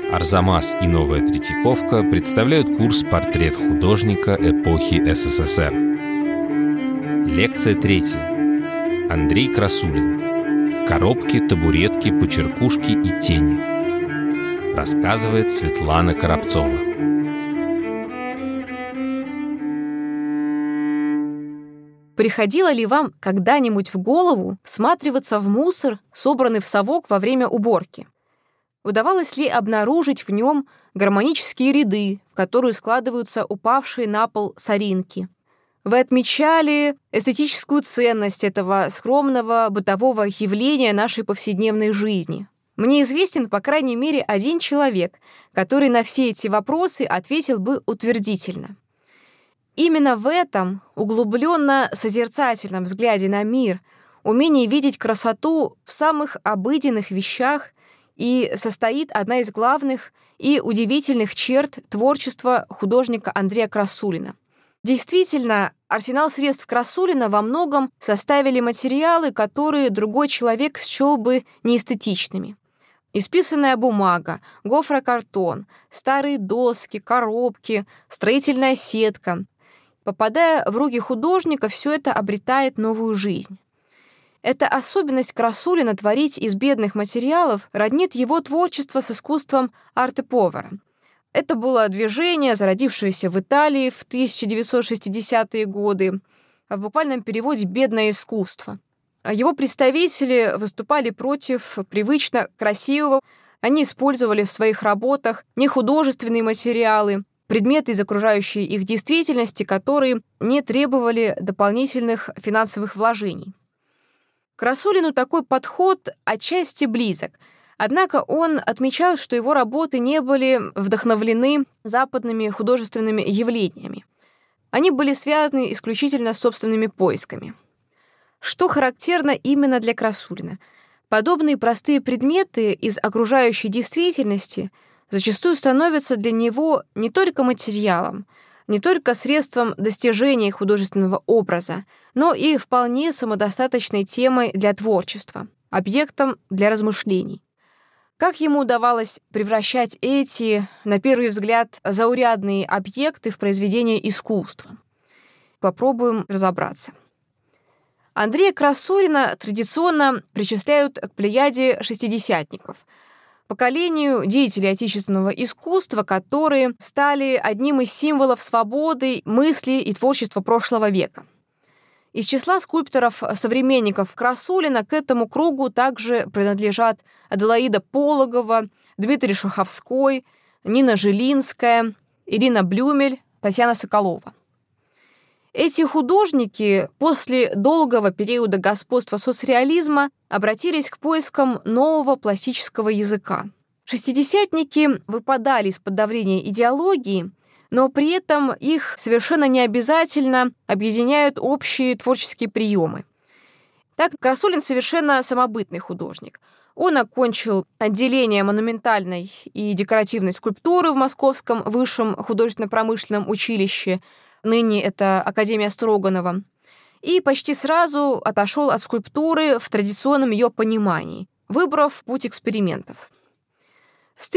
Арзамас и Новая Третьяковка представляют курс «Портрет художника эпохи СССР». Лекция 3. Андрей Красулин. Коробки, табуретки, почеркушки и тени. Рассказывает Светлана Коробцова. Приходило ли вам когда-нибудь в голову всматриваться в мусор, собранный в совок во время уборки? Удавалось ли обнаружить в нем гармонические ряды, в которые складываются упавшие на пол соринки? Вы отмечали эстетическую ценность этого скромного бытового явления нашей повседневной жизни. Мне известен, по крайней мере, один человек, который на все эти вопросы ответил бы утвердительно. Именно в этом углубленно-созерцательном взгляде на мир, умении видеть красоту в самых обыденных вещах и состоит одна из главных и удивительных черт творчества художника Андрея Красулина. Действительно, арсенал средств Красулина во многом составили материалы, которые другой человек счел бы неэстетичными. Исписанная бумага, гофрокартон, старые доски, коробки, строительная сетка. Попадая в руки художника, все это обретает новую жизнь. Эта особенность Красулина творить из бедных материалов роднит его творчество с искусством арте-повара. Это было движение, зародившееся в Италии в 1960-е годы, в буквальном переводе «бедное искусство». Его представители выступали против привычно красивого, они использовали в своих работах нехудожественные материалы, предметы из окружающей их действительности, которые не требовали дополнительных финансовых вложений. Красулину такой подход отчасти близок, однако он отмечал, что его работы не были вдохновлены западными художественными явлениями. Они были связаны исключительно с собственными поисками. Что характерно именно для Красулина? Подобные простые предметы из окружающей действительности зачастую становятся для него не только материалом, не только средством достижения художественного образа, но и вполне самодостаточной темой для творчества, объектом для размышлений. Как ему удавалось превращать эти, на первый взгляд, заурядные объекты в произведения искусства? Попробуем разобраться. Андрея Красулина традиционно причисляют к плеяде шестидесятников, поколению деятелей отечественного искусства, которые стали одним из символов свободы, мысли и творчества прошлого века. Из числа скульпторов-современников Красулина к этому кругу также принадлежат Аделаида Пологова, Дмитрий Шаховской, Нина Жилинская, Ирина Блюмель, Татьяна Соколова. Эти художники после долгого периода господства соцреализма обратились к поискам нового пластического языка. Шестидесятники выпадали из-под давления идеологии, но при этом их совершенно не обязательно объединяют общие творческие приемы. Так, Красулин совершенно самобытный художник. Он окончил отделение монументальной и декоративной скульптуры в Московском высшем художественно-промышленном училище, ныне это Академия Строганова, и почти сразу отошел от скульптуры в традиционном ее понимании, выбрав путь экспериментов. С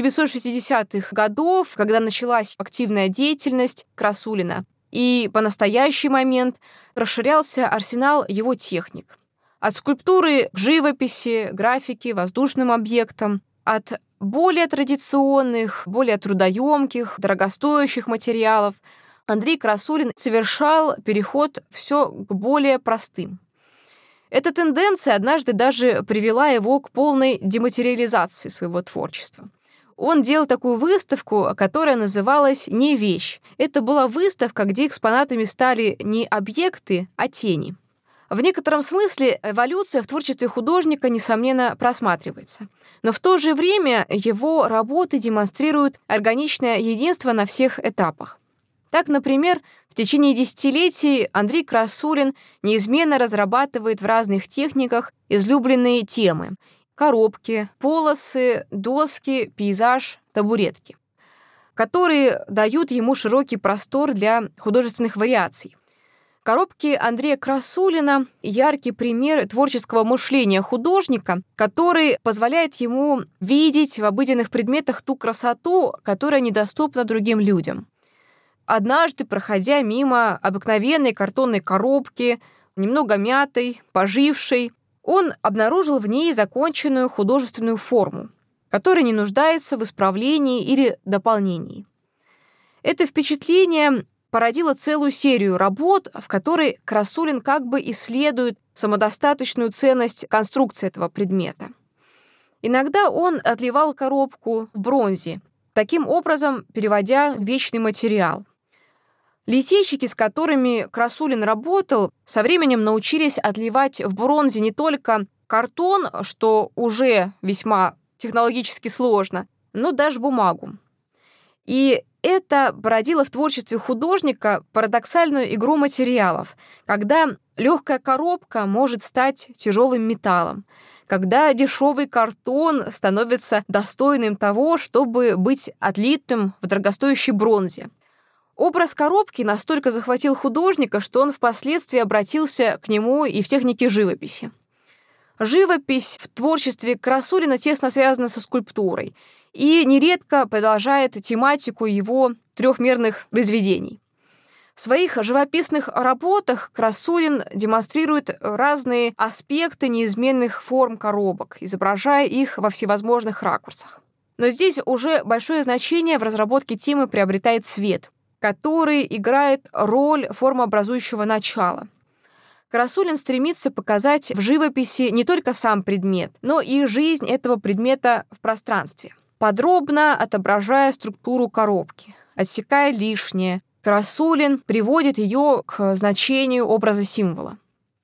1960-х годов, когда началась активная деятельность Красулина, и по настоящий момент расширялся арсенал его техник. От скульптуры к живописи, графике, воздушным объектам, от более традиционных, более трудоемких, дорогостоящих материалов Андрей Красулин совершал переход все к более простым. Эта тенденция однажды даже привела его к полной дематериализации своего творчества. Он делал такую выставку, которая называлась «Не вещь». Это была выставка, где экспонатами стали не объекты, а тени. В некотором смысле эволюция в творчестве художника, несомненно, просматривается. Но в то же время его работы демонстрируют органичное единство на всех этапах. Так, например, в течение десятилетий Андрей Красулин неизменно разрабатывает в разных техниках излюбленные темы — коробки, полосы, доски, пейзаж, табуретки, которые дают ему широкий простор для художественных вариаций. Коробки Андрея Красулина – яркий пример творческого мышления художника, который позволяет ему видеть в обыденных предметах ту красоту, которая недоступна другим людям. Однажды, проходя мимо обыкновенной картонной коробки, немного мятой, пожившей, он обнаружил в ней законченную художественную форму, которая не нуждается в исправлении или дополнении. Это впечатление породило целую серию работ, в которой Красулин как бы исследует самодостаточную ценность конструкции этого предмета. Иногда он отливал коробку в бронзе, таким образом переводя в вечный материал. Литейщики, с которыми Красулин работал, со временем научились отливать в бронзе не только картон, что уже весьма технологически сложно, но даже бумагу. И это породило в творчестве художника парадоксальную игру материалов, когда легкая коробка может стать тяжелым металлом, когда дешевый картон становится достойным того, чтобы быть отлитым в дорогостоящей бронзе. Образ коробки настолько захватил художника, что он впоследствии обратился к нему и в технике живописи. Живопись в творчестве Красулина тесно связана со скульптурой и нередко продолжает тематику его трехмерных произведений. В своих живописных работах Красулин демонстрирует разные аспекты неизменных форм коробок, изображая их во всевозможных ракурсах. Но здесь уже большое значение в разработке темы приобретает свет, который играет роль формообразующего начала. Красулин стремится показать в живописи не только сам предмет, но и жизнь этого предмета в пространстве, подробно отображая структуру коробки, отсекая лишнее. Красулин приводит ее к значению образа-символа.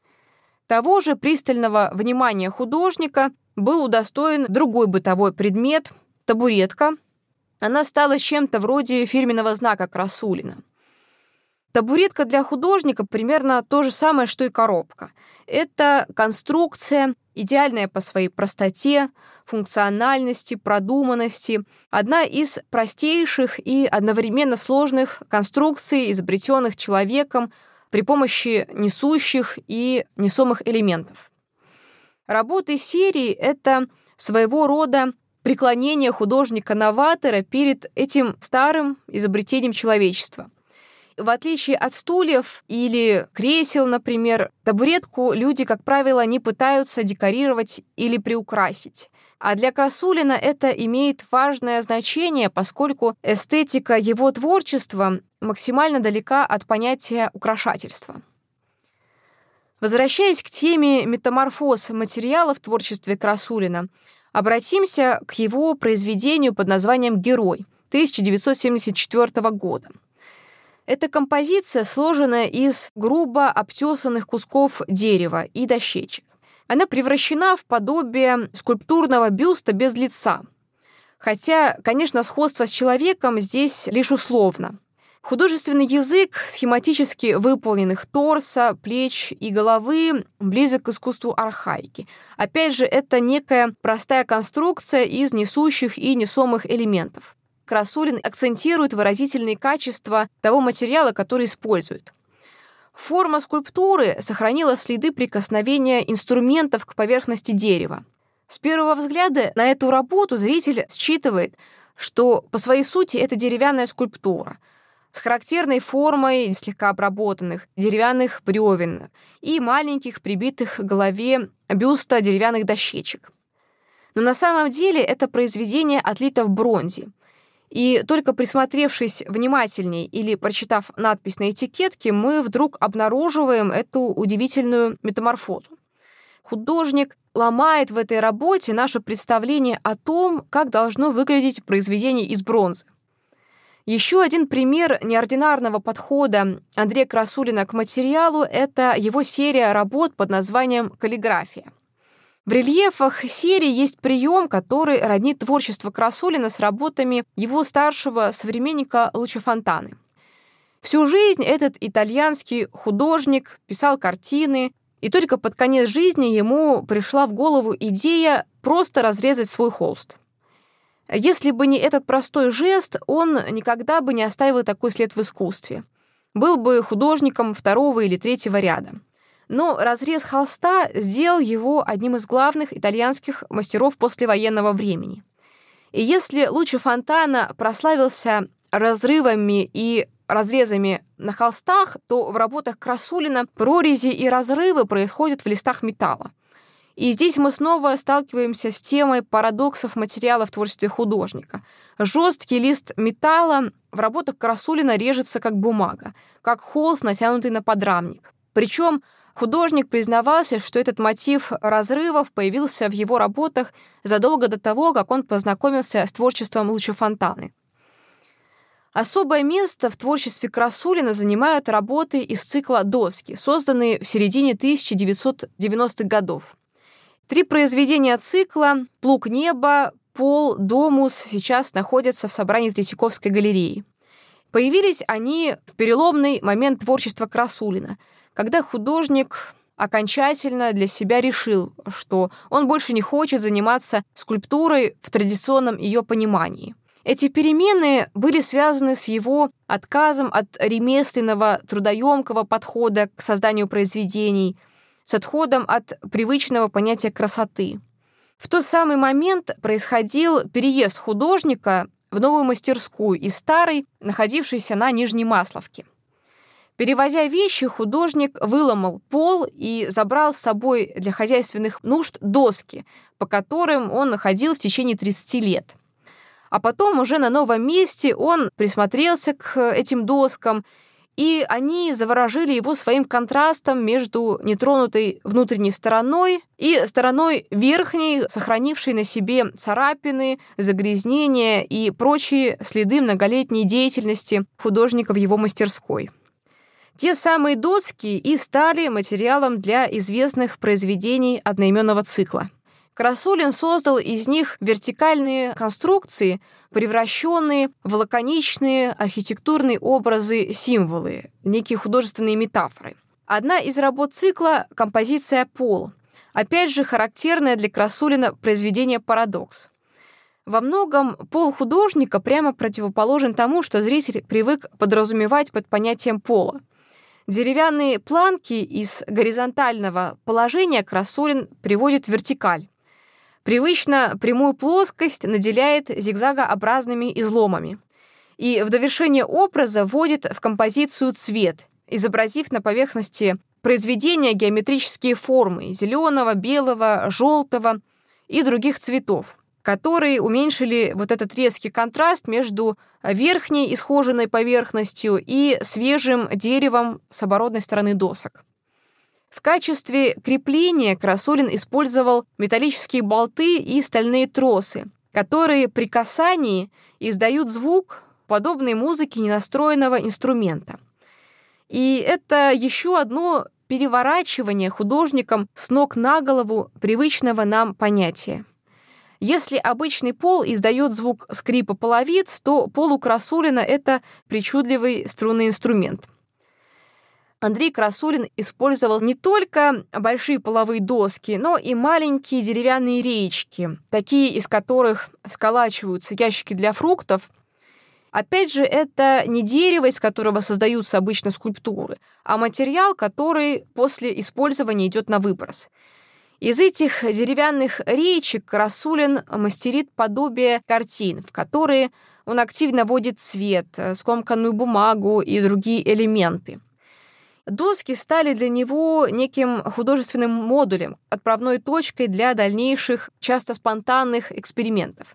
Того же пристального внимания художника был удостоен другой бытовой предмет – табуретка. Она стала чем-то вроде фирменного знака Красулина. Табуретка для художника примерно то же самое, что и коробка. Это конструкция, идеальная по своей простоте, функциональности, продуманности, одна из простейших и одновременно сложных конструкций, изобретенных человеком при помощи несущих и несомых элементов. Работы серии — это своего рода преклонение художника-новатора перед этим старым изобретением человечества. В отличие от стульев или кресел, например, табуретку люди, как правило, не пытаются декорировать или приукрасить. А для Красулина это имеет важное значение, поскольку эстетика его творчества максимально далека от понятия украшательства. Возвращаясь к теме метаморфоз материала в творчестве Красулина, обратимся к его произведению под названием «Герой» 1974 года. Эта композиция сложена из грубо обтесанных кусков дерева и дощечек. Она превращена в подобие скульптурного бюста без лица. Хотя, конечно, сходство с человеком здесь лишь условно. Художественный язык схематически выполненных торса, плеч и головы близок к искусству архаики. Опять же, это некая простая конструкция из несущих и несомых элементов. Красулин акцентирует выразительные качества того материала, который использует. Форма скульптуры сохранила следы прикосновения инструментов к поверхности дерева. С первого взгляда на эту работу зритель считывает, что по своей сути это деревянная скульптура с характерной формой слегка обработанных деревянных бревен и маленьких прибитых к голове бюста деревянных дощечек. Но на самом деле это произведение отлито в бронзе. И только присмотревшись внимательней или прочитав надпись на этикетке, мы вдруг обнаруживаем эту удивительную метаморфозу. Художник ломает в этой работе наше представление о том, как должно выглядеть произведение из бронзы. Еще один пример неординарного подхода Андрея Красулина к материалу — это его серия работ под названием «Каллиграфия». В рельефах серии есть прием, который роднит творчество Красулина с работами его старшего современника Лучо Фонтаны. Всю жизнь этот итальянский художник писал картины, и только под конец жизни ему пришла в голову идея просто разрезать свой холст. Если бы не этот простой жест, он никогда бы не оставил такой след в искусстве. был бы художником второго или третьего ряда. Но разрез холста сделал его одним из главных итальянских мастеров послевоенного времени. И если Лучо Фонтана прославился разрывами и разрезами на холстах, то в работах Красулина прорези и разрывы происходят в листах металла. И здесь мы снова сталкиваемся с темой парадоксов материала в творчестве художника. Жесткий лист металла в работах Красулина режется как бумага, как холст, натянутый на подрамник. Причем художник признавался, что этот мотив разрывов появился в его работах задолго до того, как он познакомился с творчеством Лучо Фонтаны. Особое место в творчестве Красулина занимают работы из цикла «Доски», созданные в середине 1990-х годов. 3 произведения цикла «Плуг неба», «Пол», «Домус» сейчас находятся в собрании Третьяковской галереи. Появились они в переломный момент творчества Красулина, когда художник окончательно для себя решил, что он больше не хочет заниматься скульптурой в традиционном ее понимании. Эти перемены были связаны с его отказом от ремесленного, трудоемкого подхода к созданию произведений, с отходом от привычного понятия красоты. В тот самый момент происходил переезд художника в новую мастерскую из старой, находившейся на Нижней Масловке. Перевозя вещи, художник выломал пол и забрал с собой для хозяйственных нужд доски, по которым он ходил в течение 30 лет. А потом уже на новом месте он присмотрелся к этим доскам, и они заворожили его своим контрастом между нетронутой внутренней стороной и стороной верхней, сохранившей на себе царапины, загрязнения и прочие следы многолетней деятельности художника в его мастерской. Те самые доски и стали материалом для известных произведений одноименного цикла. Красулин создал из них вертикальные конструкции, превращенные в лаконичные архитектурные образы, символы, некие художественные метафоры. Одна из работ цикла — композиция «Пол», опять же характерное для Красулина произведение «Парадокс». Во многом пол художника прямо противоположен тому, что зритель привык подразумевать под понятием пола. Деревянные планки из горизонтального положения Красулин приводит в вертикаль. Привычно прямую плоскость наделяет зигзагообразными изломами. И в довершение образа вводит в композицию цвет, изобразив на поверхности произведения геометрические формы зеленого, белого, желтого и других цветов, которые уменьшили вот этот резкий контраст между верхней исхоженной поверхностью и свежим деревом с оборотной стороны досок. В качестве крепления Красулин использовал металлические болты и стальные тросы, которые при касании издают звук, подобный музыке ненастроенного инструмента. И это еще одно переворачивание художником с ног на голову привычного нам понятия. Если обычный пол издает звук скрипа половиц, то пол у Красулина — это причудливый струнный инструмент. Андрей Красулин использовал не только большие половые доски, но и маленькие деревянные реечки, такие, из которых сколачиваются ящики для фруктов. Опять же, это не дерево, из которого создаются обычно скульптуры, а материал, который после использования идет на выброс. Из этих деревянных реечек Красулин мастерит подобие картин, в которые он активно вводит цвет, скомканную бумагу и другие элементы. Доски стали для него неким художественным модулем, отправной точкой для дальнейших, часто спонтанных экспериментов.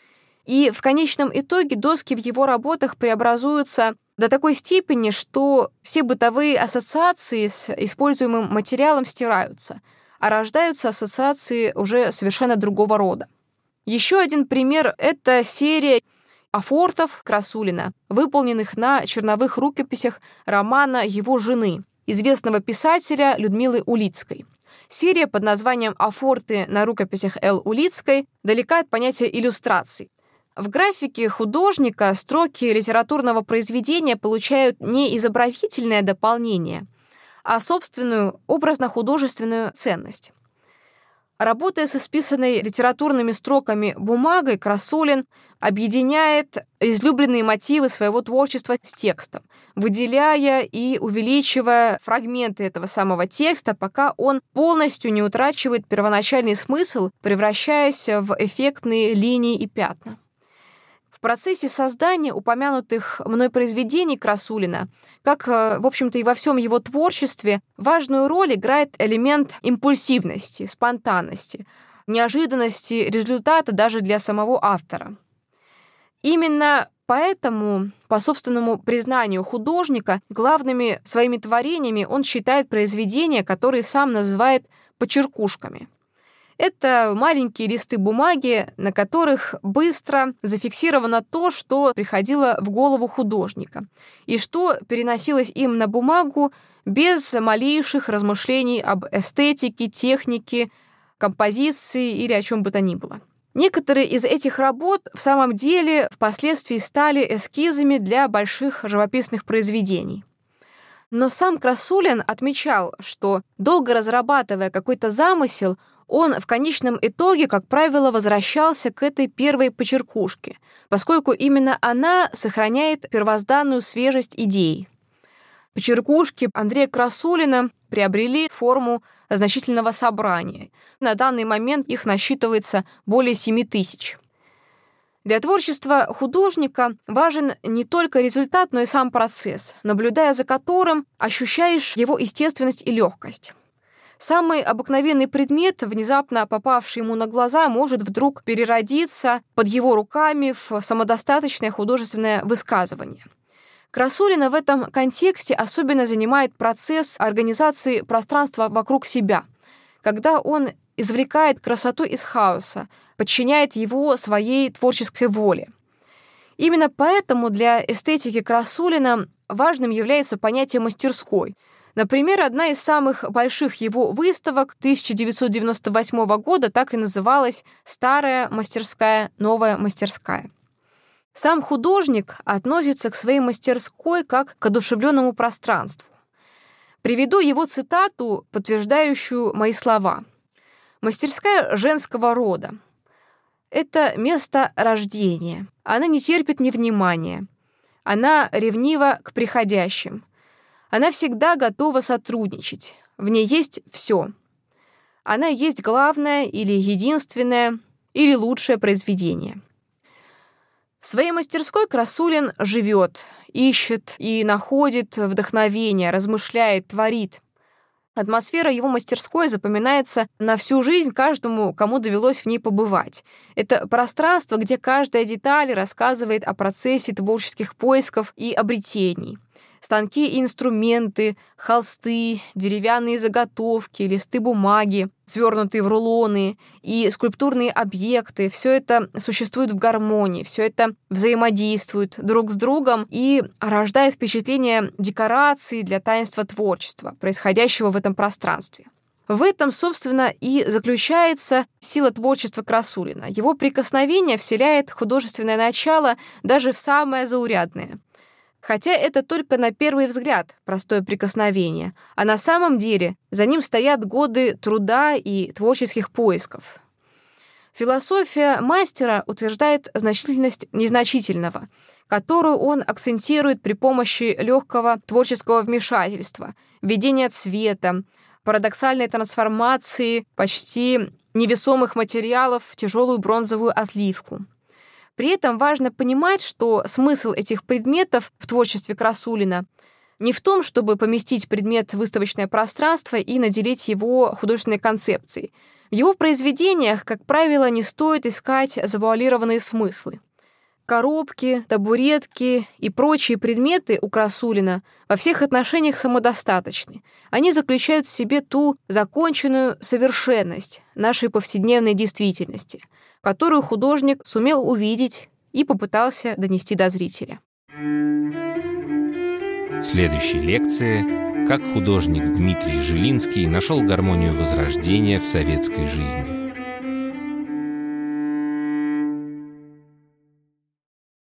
И в конечном итоге доски в его работах преобразуются до такой степени, что все бытовые ассоциации с используемым материалом стираются, а рождаются ассоциации уже совершенно другого рода. Еще один пример — это серия афортов Красулина, выполненных на черновых рукописях романа его жены, известного писателя Людмилы Улицкой. Серия под названием «Афорты на рукописях Л. Улицкой» далека от понятия иллюстраций. В графике художника строки литературного произведения получают не изобразительное дополнение, а собственную образно-художественную ценность. Работая с исписанной литературными строками бумагой, Красулин объединяет излюбленные мотивы своего творчества с текстом, выделяя и увеличивая фрагменты этого самого текста, пока он полностью не утрачивает первоначальный смысл, превращаясь в эффектные линии и пятна. В процессе создания упомянутых мной произведений Красулина, как, в общем-то, и во всем его творчестве, важную роль играет элемент импульсивности, спонтанности, неожиданности результата даже для самого автора. Именно поэтому, по собственному признанию художника, главными своими творениями он считает произведения, которые сам называет «почеркушками». Это маленькие листы бумаги, на которых быстро зафиксировано то, что приходило в голову художника, и что переносилось им на бумагу без малейших размышлений об эстетике, технике, композиции или о чем бы то ни было. Некоторые из этих работ в самом деле впоследствии стали эскизами для больших живописных произведений. Но сам Красулин отмечал, что, долго разрабатывая какой-то замысел, он в конечном итоге, как правило, возвращался к этой первой почеркушке, поскольку именно она сохраняет первозданную свежесть идей. Почеркушки Андрея Красулина приобрели форму значительного собрания. На данный момент их насчитывается более 7000. Для творчества художника важен не только результат, но и сам процесс, наблюдая за которым ощущаешь его естественность и легкость. Самый обыкновенный предмет, внезапно попавший ему на глаза, может вдруг переродиться под его руками в самодостаточное художественное высказывание. Красулина в этом контексте особенно занимает процесс организации пространства вокруг себя, когда он извлекает красоту из хаоса, подчиняет его своей творческой воле. Именно поэтому для эстетики Красулина важным является понятие мастерской. Например, одна из самых больших его выставок 1998 года так и называлась «Старая мастерская, новая мастерская». Сам художник относится к своей мастерской как к одушевленному пространству. Приведу его цитату, подтверждающую мои слова. «Мастерская женского рода. Это место рождения. Она не терпит невнимания. Она ревнива к приходящим. Она всегда готова сотрудничать. В ней есть все. Она есть главное или единственное, или лучшее произведение». В своей мастерской Красулин живет, ищет и находит вдохновение, размышляет, творит. Атмосфера его мастерской запоминается на всю жизнь каждому, кому довелось в ней побывать. Это пространство, где каждая деталь рассказывает о процессе творческих поисков и обретений. Станки и инструменты, холсты, деревянные заготовки, листы бумаги, свернутые в рулоны, и скульптурные объекты — все это существует в гармонии, все это взаимодействует друг с другом и рождает впечатление декорации для таинства творчества, происходящего в этом пространстве. В этом, собственно, и заключается сила творчества Красулина. Его прикосновение вселяет художественное начало даже в самое заурядное. Хотя это только на первый взгляд простое прикосновение, а на самом деле за ним стоят годы труда и творческих поисков. Философия мастера утверждает значительность незначительного, которую он акцентирует при помощи легкого творческого вмешательства, введения цвета, парадоксальной трансформации почти невесомых материалов в тяжелую бронзовую отливку. При этом важно понимать, что смысл этих предметов в творчестве Красулина не в том, чтобы поместить предмет в выставочное пространство и наделить его художественной концепцией. В его произведениях, как правило, не стоит искать завуалированные смыслы. Коробки, табуретки и прочие предметы у Красулина во всех отношениях самодостаточны. Они заключают в себе ту законченную совершенность нашей повседневной действительности, которую художник сумел увидеть и попытался донести до зрителя. В следующей лекции «Как художник Дмитрий Жилинский нашел гармонию Возрождения в советской жизни».